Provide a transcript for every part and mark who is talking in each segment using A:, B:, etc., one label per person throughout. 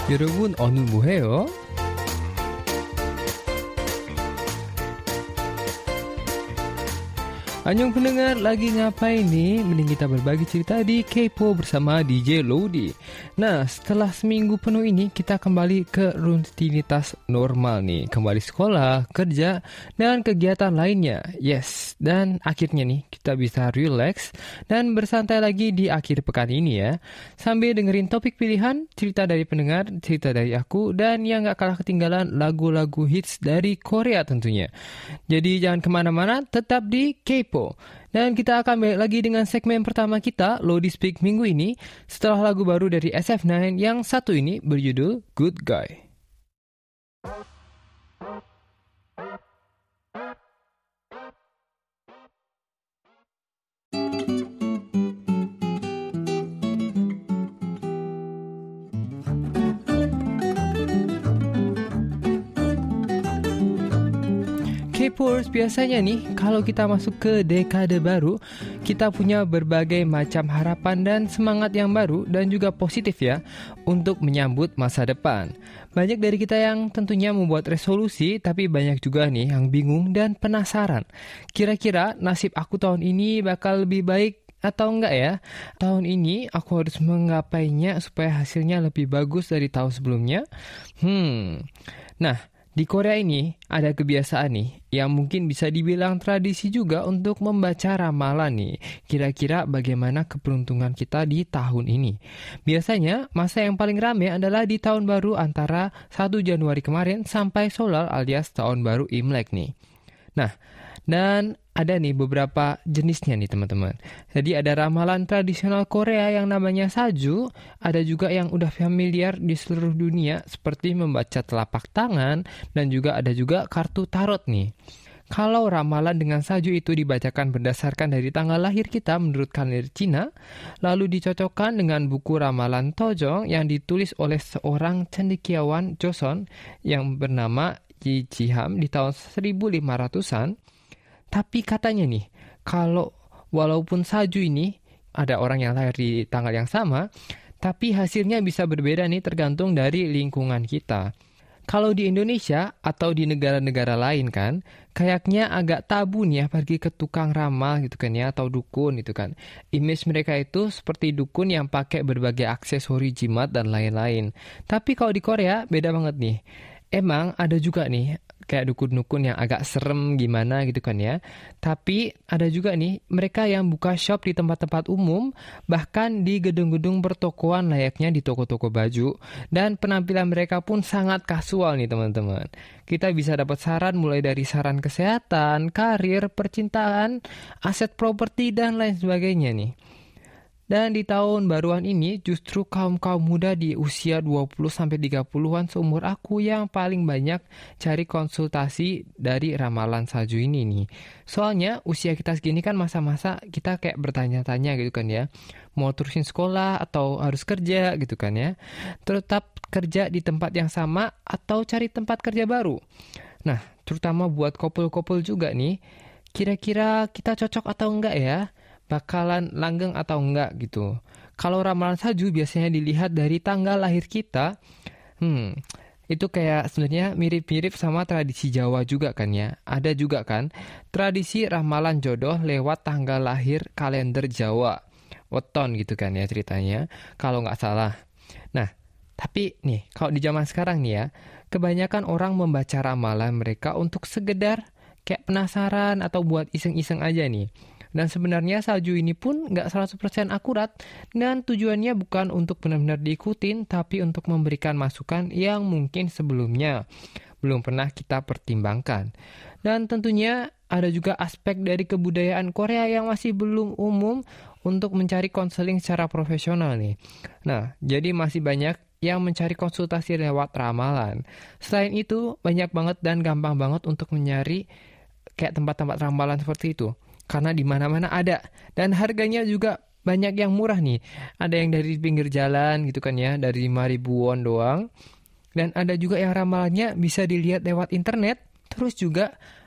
A: 여러분 오늘 뭐해요? Annyeong pendengar, lagi ngapain nih? Mending kita berbagi cerita di Kepo bersama DJ Lodi. Nah, setelah seminggu penuh ini kita kembali ke rutinitas normal nih. Kembali sekolah, kerja, dan kegiatan lainnya. Yes, dan akhirnya nih kita bisa relax dan bersantai lagi di akhir pekan ini ya. Sambil dengerin topik pilihan, cerita dari pendengar, cerita dari aku, dan yang gak kalah ketinggalan lagu-lagu hits dari Korea tentunya. Jadi jangan kemana-mana, tetap di Kepo. Dan kita akan balik lagi dengan segmen pertama kita, Lodi Speak minggu ini, setelah lagu baru dari SF9 yang satu ini berjudul Good Guy. K-popers, biasanya nih kalau kita masuk ke dekade baru, kita punya berbagai macam harapan dan semangat yang baru dan juga positif ya untuk menyambut masa depan. Banyak dari kita yang tentunya membuat resolusi, tapi banyak juga nih yang bingung dan penasaran. Kira-kira nasib aku tahun ini bakal lebih baik atau enggak ya? Tahun ini aku harus menggapainya supaya hasilnya lebih bagus dari tahun sebelumnya. Nah, di Korea ini ada kebiasaan nih yang mungkin bisa dibilang tradisi juga untuk membaca ramalan nih. Kira-kira bagaimana keberuntungan kita di tahun ini. Biasanya masa yang paling ramai adalah di tahun baru antara 1 Januari kemarin sampai Solal alias tahun baru Imlek nih. Nah, dan ada nih beberapa jenisnya nih teman-teman. Jadi ada ramalan tradisional Korea yang namanya Saju. Ada juga yang udah familiar di seluruh dunia seperti membaca telapak tangan. Dan juga ada juga kartu tarot nih. Kalau ramalan dengan Saju itu dibacakan berdasarkan dari tanggal lahir kita menurut kalender Cina. Lalu dicocokkan dengan buku ramalan Tojong yang ditulis oleh seorang cendekiawan Joseon yang bernama Yi Ji-ham di tahun 1500-an. Tapi katanya nih, kalau walaupun Saju ini ada orang yang lahir di tanggal yang sama, tapi hasilnya bisa berbeda nih tergantung dari lingkungan kita. Kalau di Indonesia atau di negara-negara lain kan, kayaknya agak tabu nih ya pergi ke tukang ramal gitu kan ya, atau dukun gitu kan. Image mereka itu seperti dukun yang pakai berbagai aksesori jimat dan lain-lain. Tapi kalau di Korea beda banget nih. Emang ada juga nih kayak dukun-dukun yang agak serem gimana gitu kan ya. Tapi ada juga nih mereka yang buka shop di tempat-tempat umum, bahkan di gedung-gedung pertokoan layaknya di toko-toko baju. Dan penampilan mereka pun sangat kasual nih teman-teman. Kita bisa dapat saran mulai dari saran kesehatan, karir, percintaan, aset properti, dan lain sebagainya nih. Dan di tahun baruan ini justru kaum-kaum muda di usia 20-30-an seumur aku yang paling banyak cari konsultasi dari ramalan Saju ini nih. Soalnya usia kita segini kan masa-masa kita kayak bertanya-tanya gitu kan ya. Mau terusin sekolah atau harus kerja gitu kan ya. Tetap kerja di tempat yang sama atau cari tempat kerja baru. Nah, terutama buat couple-couple juga nih. Kira-kira kita cocok atau enggak ya? Bakalan langgeng atau enggak gitu. Kalau ramalan Saju biasanya dilihat dari tanggal lahir kita. Itu kayak sebenarnya mirip-mirip sama tradisi Jawa juga kan ya. Ada juga kan tradisi ramalan jodoh lewat tanggal lahir kalender Jawa. Weton gitu kan ya ceritanya. Kalau nggak salah. Nah, tapi nih kalau di zaman sekarang nih ya, kebanyakan orang membaca ramalan mereka untuk sekedar kayak penasaran atau buat iseng-iseng aja nih. Dan sebenarnya Saju ini pun nggak 100% akurat dan tujuannya bukan untuk benar-benar diikutin, tapi untuk memberikan masukan yang mungkin sebelumnya belum pernah kita pertimbangkan. Dan tentunya ada juga aspek dari kebudayaan Korea yang masih belum umum untuk mencari konseling secara profesional nih. Nah, jadi masih banyak yang mencari konsultasi lewat ramalan. Selain itu, banyak banget dan gampang banget untuk mencari kayak tempat-tempat ramalan seperti itu. Karena di mana-mana ada dan harganya juga banyak yang murah nih. Ada yang dari pinggir jalan gitu kan ya, dari 5.000 won doang. Dan ada juga yang ramalannya bisa dilihat lewat internet. Terus juga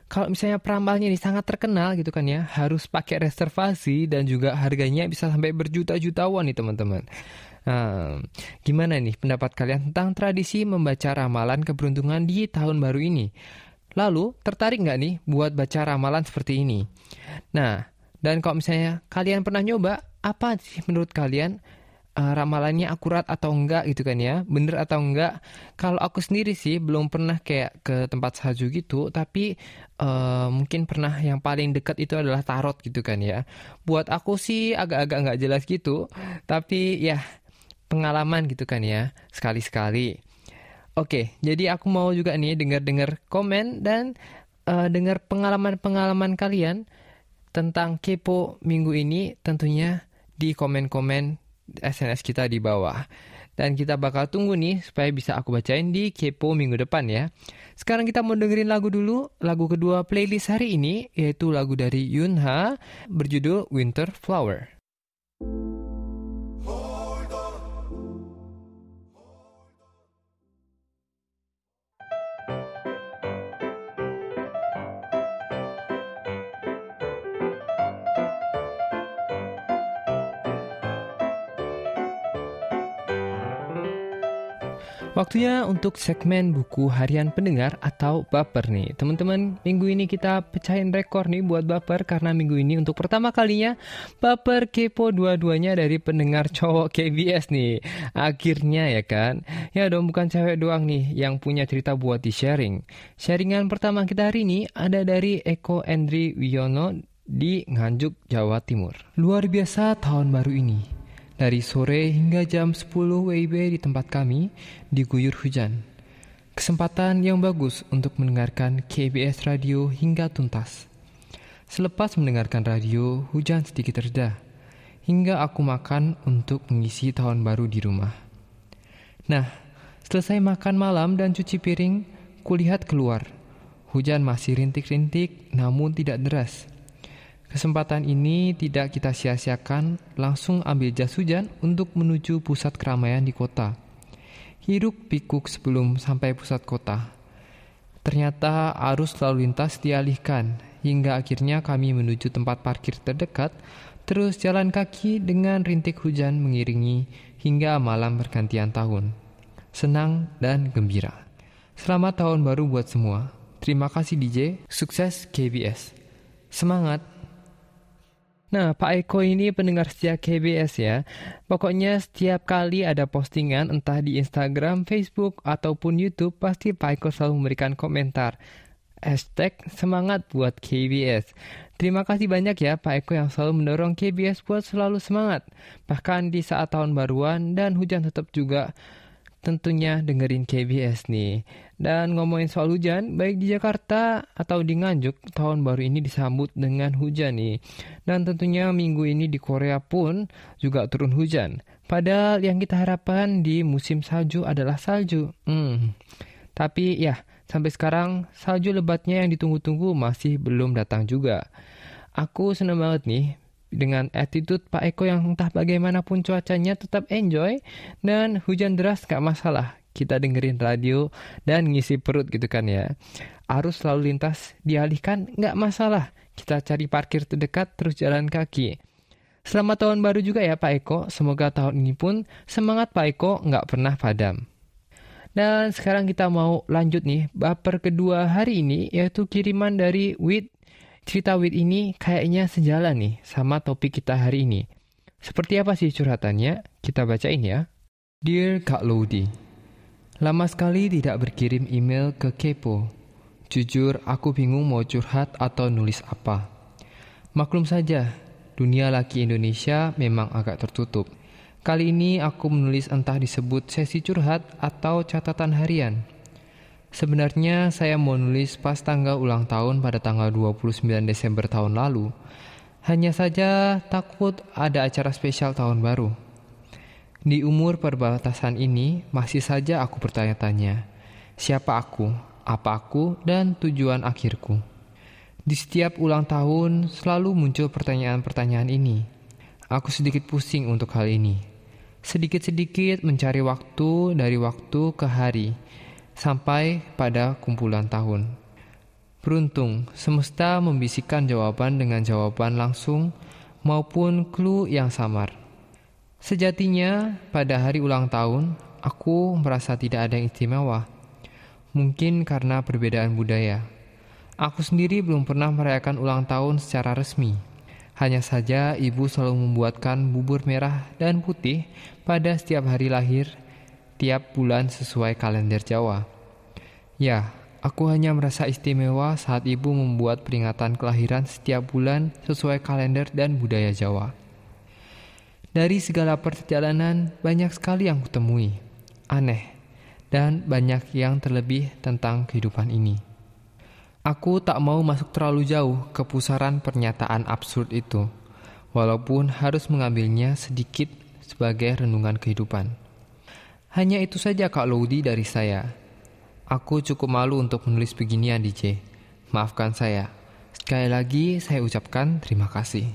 A: kalau misalnya peramalnya ini sangat terkenal gitu kan ya, harus pakai reservasi dan juga harganya bisa sampai berjuta-jutawan nih teman-teman. Nah, gimana nih pendapat kalian tentang tradisi membaca ramalan keberuntungan di tahun baru ini? Lalu, tertarik nggak nih buat baca ramalan seperti ini? Nah, dan kalau misalnya kalian pernah nyoba, apa sih menurut kalian ramalannya akurat atau enggak gitu kan ya, bener atau enggak? Kalau aku sendiri sih belum pernah kayak ke tempat salju gitu, tapi mungkin pernah yang paling dekat itu adalah tarot gitu kan ya. Buat aku sih agak-agak nggak jelas gitu, tapi ya pengalaman gitu kan ya, sekali-sekali. Oke, jadi aku mau juga nih dengar-dengar komen dan dengar pengalaman-pengalaman kalian tentang kepo minggu ini tentunya di komen-komen SNS kita di bawah. Dan kita bakal tunggu nih supaya bisa aku bacain di kepo minggu depan ya. Sekarang kita mau dengerin lagu dulu, lagu kedua playlist hari ini, yaitu lagu dari Yunha berjudul Winter Flower. Waktunya untuk segmen buku harian pendengar atau baper nih. Teman-teman, minggu ini kita pecahin rekor nih buat baper karena minggu ini untuk pertama kalinya baper kepo dua-duanya dari pendengar cowok KBS nih. Akhirnya ya kan. Ya dong, bukan cewek doang nih yang punya cerita buat di-sharing. Sharingan pertama kita hari ini ada dari Eko Endri Wiono di Nganjuk, Jawa Timur. Luar biasa tahun baru ini. Dari sore hingga jam 10 WIB di tempat kami diguyur hujan. Kesempatan yang bagus untuk mendengarkan KBS Radio hingga tuntas. Selepas mendengarkan radio, hujan sedikit reda. Hingga aku makan untuk mengisi tahun baru di rumah. Nah, selesai makan malam dan cuci piring, kulihat keluar. Hujan masih rintik-rintik namun tidak deras. Kesempatan ini tidak kita sia-siakan, langsung ambil jas hujan untuk menuju pusat keramaian di kota. Hiruk pikuk sebelum sampai pusat kota. Ternyata arus lalu lintas dialihkan, hingga akhirnya kami menuju tempat parkir terdekat, terus jalan kaki dengan rintik hujan mengiringi hingga malam pergantian tahun. Senang dan gembira. Selamat tahun baru buat semua. Terima kasih DJ, sukses KBS. Semangat! Nah, Pak Eko ini pendengar setia KBS ya. Pokoknya setiap kali ada postingan entah di Instagram, Facebook, ataupun YouTube, pasti Pak Eko selalu memberikan komentar. #semangat buat KBS. Terima kasih banyak ya Pak Eko yang selalu mendorong KBS buat selalu semangat. Bahkan di saat tahun baruan dan hujan tetap juga tentunya dengerin KBS nih. Dan ngomongin soal hujan, baik di Jakarta atau di Nganjuk, tahun baru ini disambut dengan hujan nih. Dan tentunya minggu ini di Korea pun juga turun hujan. Padahal yang kita harapkan di musim salju adalah salju. Tapi ya, sampai sekarang salju lebatnya yang ditunggu-tunggu masih belum datang juga. Aku senang banget nih dengan attitude Pak Eko yang entah bagaimanapun cuacanya tetap enjoy dan hujan deras gak masalah. Kita dengerin radio dan ngisi perut gitu kan ya. Arus lalu lintas dialihkan gak masalah. Kita cari parkir terdekat terus jalan kaki. Selamat tahun baru juga ya Pak Eko. Semoga tahun ini pun semangat Pak Eko gak pernah padam. Dan sekarang kita mau lanjut nih baper kedua hari ini, yaitu kiriman dari Wid. Cerita Wid ini kayaknya sejalan nih sama topik kita hari ini. Seperti apa sih curhatannya? Kita bacain ya. Dear Kak Lodi, lama sekali tidak berkirim email ke Kepo. Jujur aku bingung mau curhat atau nulis apa. Maklum saja, dunia laki Indonesia memang agak tertutup. Kali ini aku menulis entah disebut sesi curhat atau catatan harian. Sebenarnya saya mau nulis pas tanggal ulang tahun pada tanggal 29 Desember tahun lalu. Hanya saja takut ada acara spesial tahun baru. Di umur perbatasan ini masih saja aku bertanya-tanya, siapa aku, apa aku, dan tujuan akhirku. Di setiap ulang tahun selalu muncul pertanyaan-pertanyaan ini. Aku sedikit pusing untuk hal ini. Sedikit-sedikit mencari waktu dari waktu ke hari, sampai pada kumpulan tahun. Beruntung, semesta membisikkan jawaban dengan jawaban langsung maupun clue yang samar. Sejatinya, pada hari ulang tahun, aku merasa tidak ada yang istimewa. Mungkin karena perbedaan budaya. Aku sendiri belum pernah merayakan ulang tahun secara resmi. Hanya saja ibu selalu membuatkan bubur merah dan putih pada setiap hari lahir, tiap bulan sesuai kalender Jawa. Ya, aku hanya merasa istimewa saat ibu membuat peringatan kelahiran setiap bulan sesuai kalender dan budaya Jawa. Dari segala perjalanan, banyak sekali yang kutemui, aneh, dan banyak yang terlebih tentang kehidupan ini. Aku tak mau masuk terlalu jauh ke pusaran pernyataan absurd itu, walaupun harus mengambilnya sedikit sebagai renungan kehidupan. Hanya itu saja Kak Laudi dari saya. Aku cukup malu untuk menulis beginian DJ. Maafkan saya. Sekali lagi saya ucapkan terima kasih.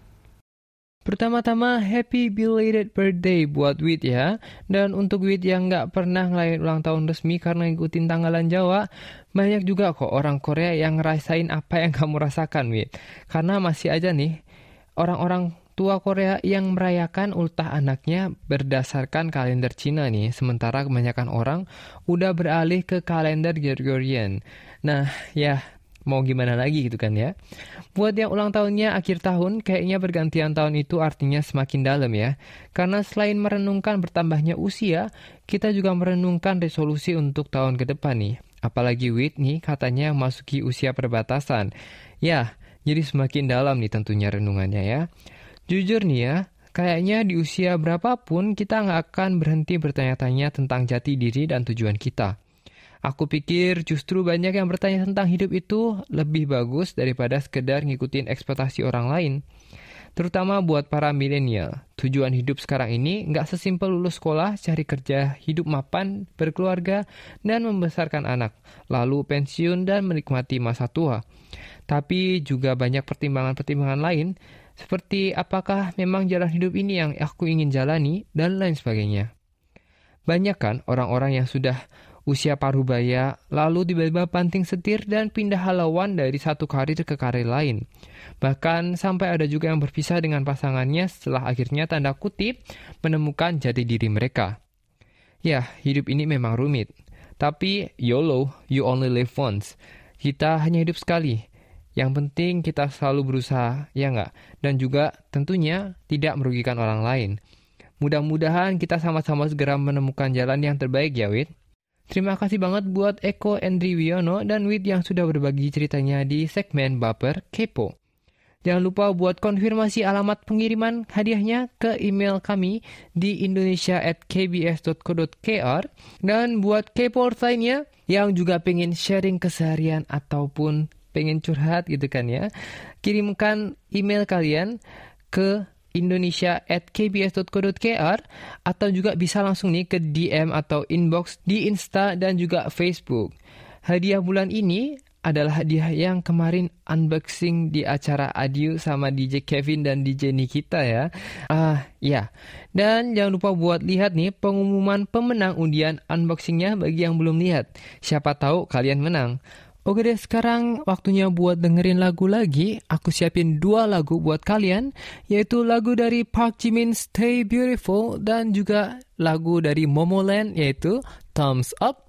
A: Pertama-tama happy belated birthday buat Wid ya. Dan untuk Wid yang gak pernah ngelayain ulang tahun resmi karena ngikutin tanggalan Jawa, banyak juga kok orang Korea yang ngerasain apa yang kamu rasakan Wid. Karena masih aja nih orang-orang tua Korea yang merayakan ultah anaknya berdasarkan kalender Cina nih, sementara kebanyakan orang udah beralih ke kalender Gregorian. Nah, ya mau gimana lagi gitu kan ya. Buat yang ulang tahunnya akhir tahun, kayaknya pergantian tahun itu artinya semakin dalam ya. Karena selain merenungkan bertambahnya usia, kita juga merenungkan resolusi untuk tahun ke depan nih. Apalagi Wid nih katanya masuki usia perbatasan. Ya, jadi semakin dalam nih tentunya renungannya ya. Jujur nih ya, kayaknya di usia berapapun kita nggak akan berhenti bertanya-tanya tentang jati diri dan tujuan kita. Aku pikir justru banyak yang bertanya tentang hidup itu lebih bagus daripada sekedar ngikutin ekspektasi orang lain. Terutama buat para milenial, tujuan hidup sekarang ini nggak sesimpel lulus sekolah, cari kerja, hidup mapan, berkeluarga, dan membesarkan anak, lalu pensiun dan menikmati masa tua. Tapi juga banyak pertimbangan-pertimbangan lain, seperti apakah memang jalan hidup ini yang aku ingin jalani, dan lain sebagainya. Banyak kan orang-orang yang sudah usia parubaya, lalu tiba-tiba banting setir dan pindah halauan dari satu karir ke karir lain. Bahkan sampai ada juga yang berpisah dengan pasangannya setelah akhirnya tanda kutip menemukan jati diri mereka. Ya, hidup ini memang rumit. Tapi YOLO, you only live once. Kita hanya hidup sekali. Yang penting kita selalu berusaha, ya nggak? Dan juga tentunya tidak merugikan orang lain. Mudah-mudahan kita sama-sama segera menemukan jalan yang terbaik ya, Wid. Terima kasih banget buat Eko Endri Wiono dan Wid yang sudah berbagi ceritanya di segmen Baper Kepo. Jangan lupa buat konfirmasi alamat pengiriman hadiahnya ke email kami di indonesia@kbs.co.kr. Dan buat K-popers lainnya yang juga pengen sharing keseharian ataupun pengen curhat gitu kan ya, kirimkan email kalian ke indonesia@kbs.co.kr atau juga bisa langsung nih ke DM atau inbox di Insta dan juga Facebook. Hadiah bulan ini adalah hadiah yang kemarin unboxing di acara Adiu sama DJ Kevin dan DJ Nikita ya. Ya. Dan jangan lupa buat lihat nih pengumuman pemenang undian unboxingnya bagi yang belum lihat. Siapa tahu kalian menang. Oke deh, sekarang waktunya buat dengerin lagu lagi. Aku siapin 2 lagu buat kalian, yaitu lagu dari Park Jimin Stay Beautiful dan juga lagu dari Momoland yaitu Thumbs Up.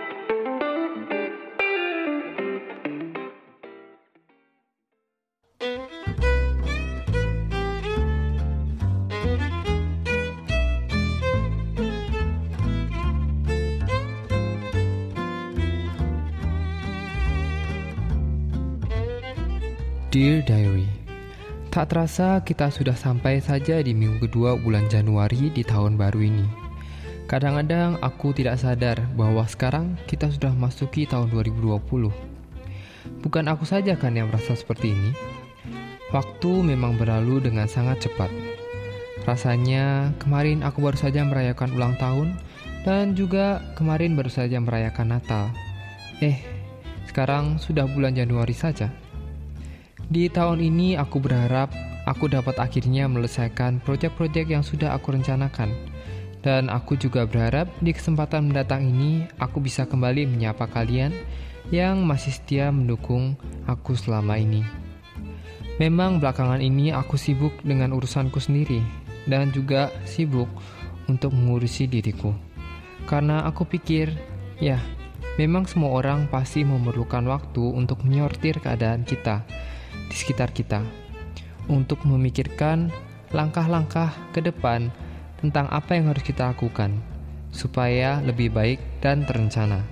A: Dear Diary, tak terasa kita sudah sampai saja di minggu kedua bulan Januari di tahun baru ini. Kadang-kadang aku tidak sadar bahwa sekarang kita sudah masuki tahun 2020. Bukan aku saja kan yang merasa seperti ini. Waktu memang berlalu dengan sangat cepat. Rasanya kemarin aku baru saja merayakan ulang tahun dan juga kemarin baru saja merayakan Natal. Sekarang sudah bulan Januari saja. Di tahun ini aku berharap aku dapat akhirnya menyelesaikan proyek-proyek yang sudah aku rencanakan. Dan aku juga berharap di kesempatan mendatang ini aku bisa kembali menyapa kalian yang masih setia mendukung aku selama ini. Memang belakangan ini aku sibuk dengan urusanku sendiri dan juga sibuk untuk mengurusi diriku. Karena aku pikir, ya, memang semua orang pasti memerlukan waktu untuk menyortir keadaan kita di sekitar kita, untuk memikirkan langkah-langkah ke depan tentang apa yang harus kita lakukan supaya lebih baik dan terencana.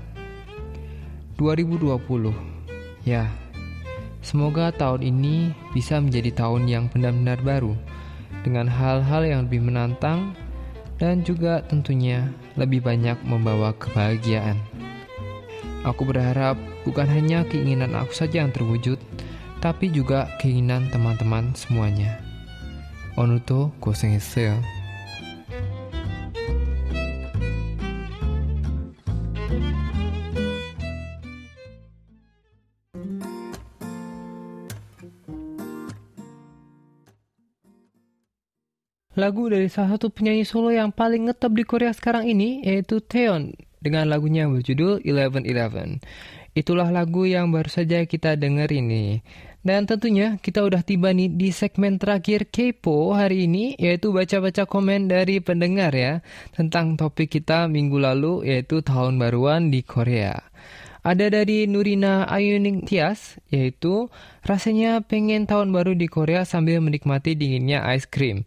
A: 2020, ya, semoga tahun ini bisa menjadi tahun yang benar-benar baru dengan hal-hal yang lebih menantang dan juga tentunya lebih banyak membawa kebahagiaan. Aku berharap bukan hanya keinginan aku saja yang terwujud, tapi juga keinginan teman-teman semuanya. 오늘도 고생했어요. Lagu dari salah satu penyanyi solo yang paling ngetop di Korea sekarang ini yaitu Taeyeon dengan lagunya yang berjudul 11-11. Itulah lagu yang baru saja kita denger ini. Dan tentunya kita udah tiba nih di segmen terakhir Kepo hari ini, yaitu baca-baca komen dari pendengar ya tentang topik kita minggu lalu, yaitu tahun baruan di Korea. Ada dari Nurina Ayuning Tias, yaitu rasanya pengen tahun baru di Korea sambil menikmati dinginnya ice cream.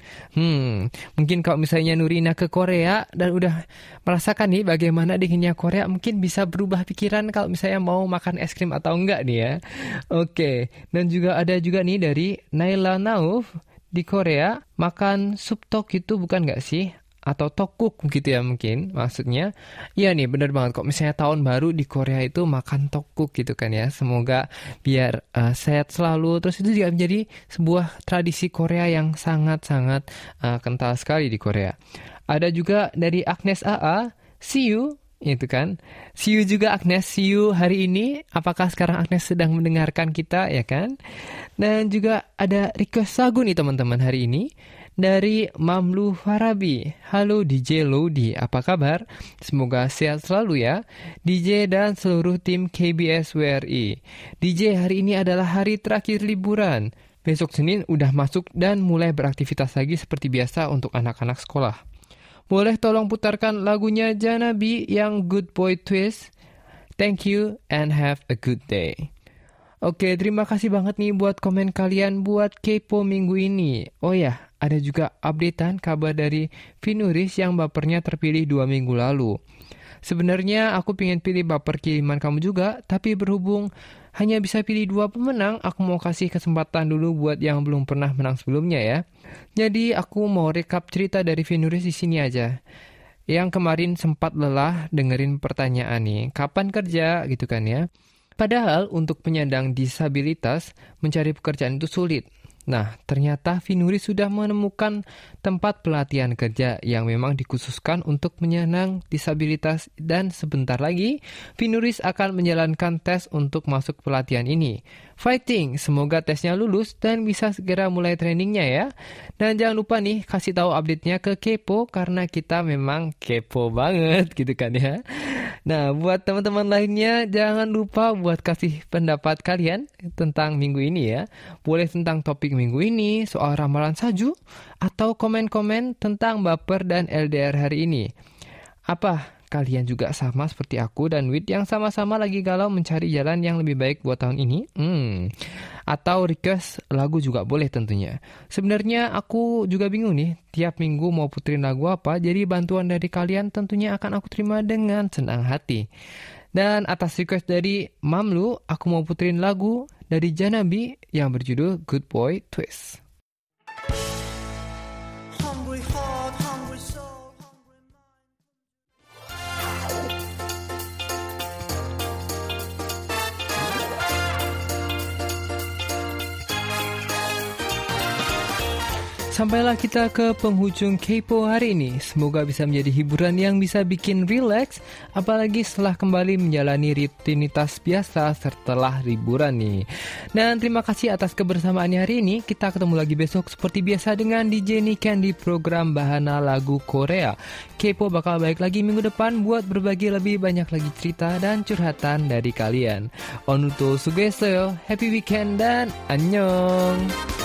A: Mungkin kalau misalnya Nurina ke Korea dan udah merasakan nih bagaimana dinginnya Korea, mungkin bisa berubah pikiran kalau misalnya mau makan es krim atau enggak nih ya. Oke, dan juga ada juga nih dari Naila Nauf, di Korea makan sup tok itu bukan nggak sih? Atau tokguk gitu ya mungkin maksudnya. Iya nih benar banget, kok misalnya tahun baru di Korea itu makan tokguk gitu kan ya. Semoga biar sehat selalu. Terus itu juga menjadi sebuah tradisi Korea yang sangat-sangat kental sekali di Korea. Ada juga dari Agnes AA, see you itu kan. See you juga Agnes, see you hari ini. Apakah sekarang Agnes sedang mendengarkan kita ya kan? Dan juga ada request lagu nih teman-teman hari ini dari Mamlu Farabi. Halo DJ Lodi, apa kabar? Semoga sehat selalu ya DJ dan seluruh tim KBS WRI. DJ, hari ini adalah hari terakhir liburan. Besok Senin udah masuk dan mulai beraktivitas lagi seperti biasa untuk anak-anak sekolah. Boleh tolong putarkan lagunya Janabi yang Good Boy Twist. Thank you and have a good day. Oke, terima kasih banget nih buat komen kalian buat Kepo minggu ini. Oh ya, ada juga updatean kabar dari Vinuris yang bapernya terpilih 2 minggu lalu. Sebenarnya aku pengen pilih baper kiriman kamu juga, tapi berhubung hanya bisa pilih 2 pemenang, aku mau kasih kesempatan dulu buat yang belum pernah menang sebelumnya ya. Jadi aku mau recap cerita dari Vinuris di sini aja. Yang kemarin sempat lelah dengerin pertanyaan nih, kapan kerja gitu kan ya. Padahal untuk penyandang disabilitas mencari pekerjaan itu sulit. Nah, ternyata Vinuris sudah menemukan tempat pelatihan kerja yang memang dikhususkan untuk penyandang disabilitas dan sebentar lagi Vinuris akan menjalankan tes untuk masuk pelatihan ini. Fighting, semoga tesnya lulus dan bisa segera mulai trainingnya ya. Dan jangan lupa nih kasih tahu update-nya ke Kepo karena kita memang kepo banget gitu kan ya. Nah, buat teman-teman lainnya jangan lupa buat kasih pendapat kalian tentang minggu ini ya. Boleh tentang topik minggu ini, soal ramalan salju, atau komen-komen tentang baper dan LDR hari ini. Apa kalian juga sama seperti aku dan Wid yang sama-sama lagi galau mencari jalan yang lebih baik buat tahun ini? Atau request lagu juga boleh tentunya. Sebenarnya aku juga bingung nih, tiap minggu mau puterin lagu apa, jadi bantuan dari kalian tentunya akan aku terima dengan senang hati. Dan atas request dari Mamlu, aku mau puterin lagu dari Janabi yang berjudul Good Boy Twist. Sampailah kita ke penghujung Kepo hari ini. Semoga bisa menjadi hiburan yang bisa bikin rileks, apalagi setelah kembali menjalani rutinitas biasa setelah liburan nih. Dan terima kasih atas kebersamaannya hari ini. Kita ketemu lagi besok seperti biasa dengan DJ Niken di program Bahana Lagu Korea. Kepo bakal balik lagi minggu depan buat berbagi lebih banyak lagi cerita dan curhatan dari kalian. Onuto sugeseo, happy weekend dan annyeong!